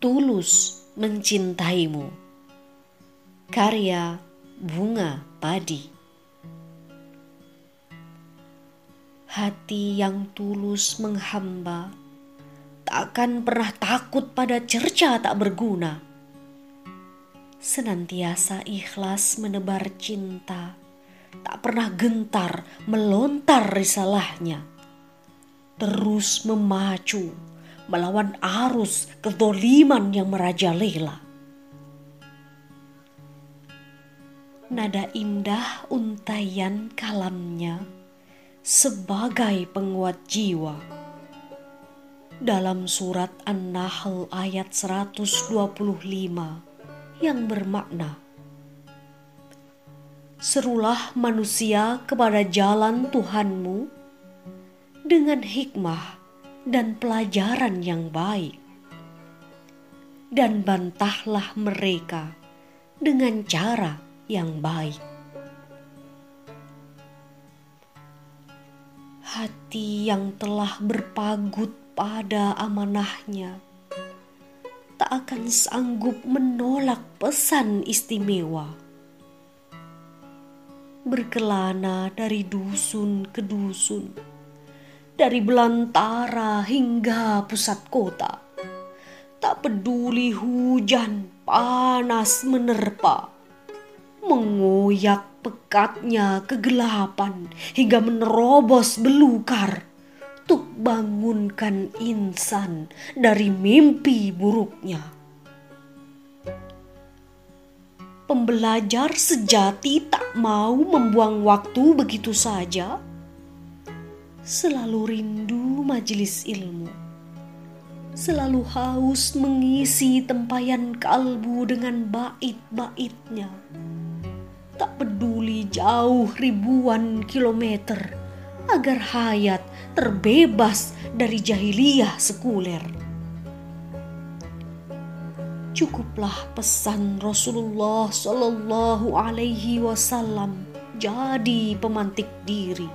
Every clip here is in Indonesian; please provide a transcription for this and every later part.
Tulus Mencintaimu. Karya Bunga Padi. Hati yang tulus menghamba takkan pernah takut pada cerca tak berguna. Senantiasa ikhlas menebar cinta, tak pernah gentar melontar risalahnya. Terus memacu melawan arus kezoliman yang merajalela. Nada indah untaian kalamnya sebagai penguat jiwa. Dalam surat An-Nahl ayat 125 yang bermakna, serulah manusia kepada jalan Tuhanmu dengan hikmah dan pelajaran yang baik, dan bantahlah mereka dengan cara yang baik. Hati yang telah berpagut pada amanahnya tak akan sanggup menolak pesan istimewa. Berkelana dari dusun ke dusun, dari belantara hingga pusat kota, tak peduli hujan panas menerpa, mengoyak pekatnya kegelapan hingga menerobos belukar untuk bangunkan insan dari mimpi buruknya. Pembelajar sejati tak mau membuang waktu begitu saja. Selalu rindu majelis ilmu, selalu haus mengisi tempayan kalbu dengan bait-baitnya. Tak peduli jauh ribuan kilometer agar hayat terbebas dari jahiliyah sekuler. Cukuplah pesan Rasulullah Shallallahu Alaihi Wasallam jadi pemantik diri,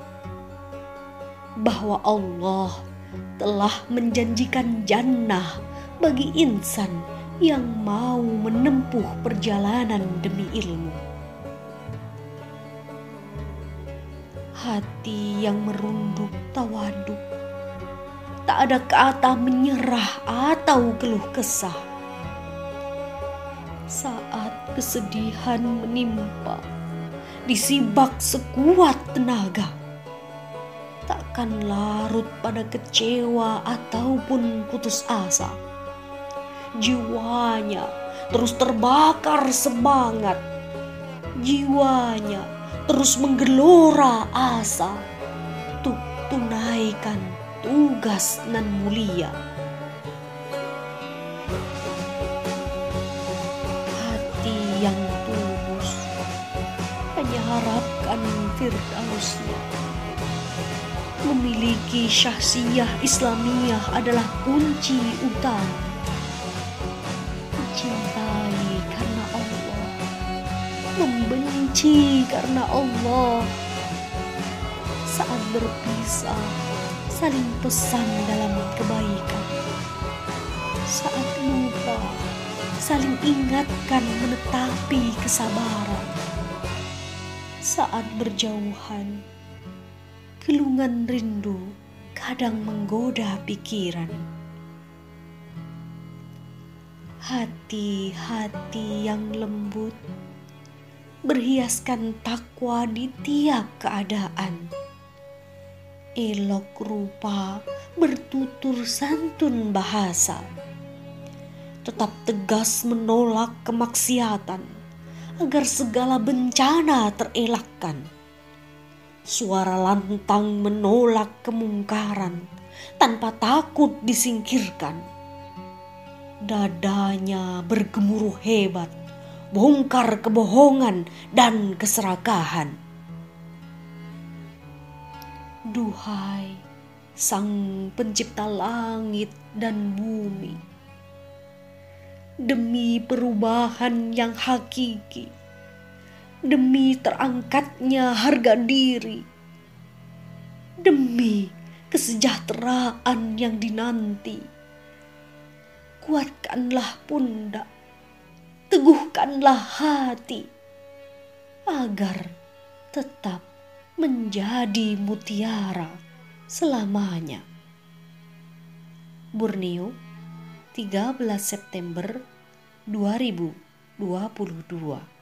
bahwa Allah telah menjanjikan jannah bagi insan yang mau menempuh perjalanan demi ilmu. Hati yang merunduk tawaduk, tak ada kata menyerah atau keluh kesah. Saat kesedihan menimpa, disibak sekuat tenaga, takkan larut pada kecewa ataupun putus asa. Jiwanya terus terbakar semangat. Jiwanya terus menggelora asa untuk tunaikan tugas nan mulia. Hati yang tulus hanya harapkan firdausnya. Memiliki syahsiyah Islamiyah adalah kunci utama. Mencintai karena Allah, membenci karena Allah. Saat berpisah, saling pesan dalam kebaikan. Saat lupa, saling ingatkan menetapi kesabaran. Saat berjauhan, gelungan rindu kadang menggoda pikiran. Hati-hati yang lembut berhiaskan takwa di tiap keadaan. Elok rupa bertutur santun bahasa, tetap tegas menolak kemaksiatan agar segala bencana terelakkan. Suara lantang menolak kemungkaran tanpa takut disingkirkan. Dadanya bergemuruh hebat, bongkar kebohongan dan keserakahan. Duhai Sang Pencipta langit dan bumi, demi perubahan yang hakiki, demi terangkatnya harga diri, demi kesejahteraan yang dinanti, kuatkanlah pundak, teguhkanlah hati, agar tetap menjadi mutiara selamanya. Borneo, 13 September 2022.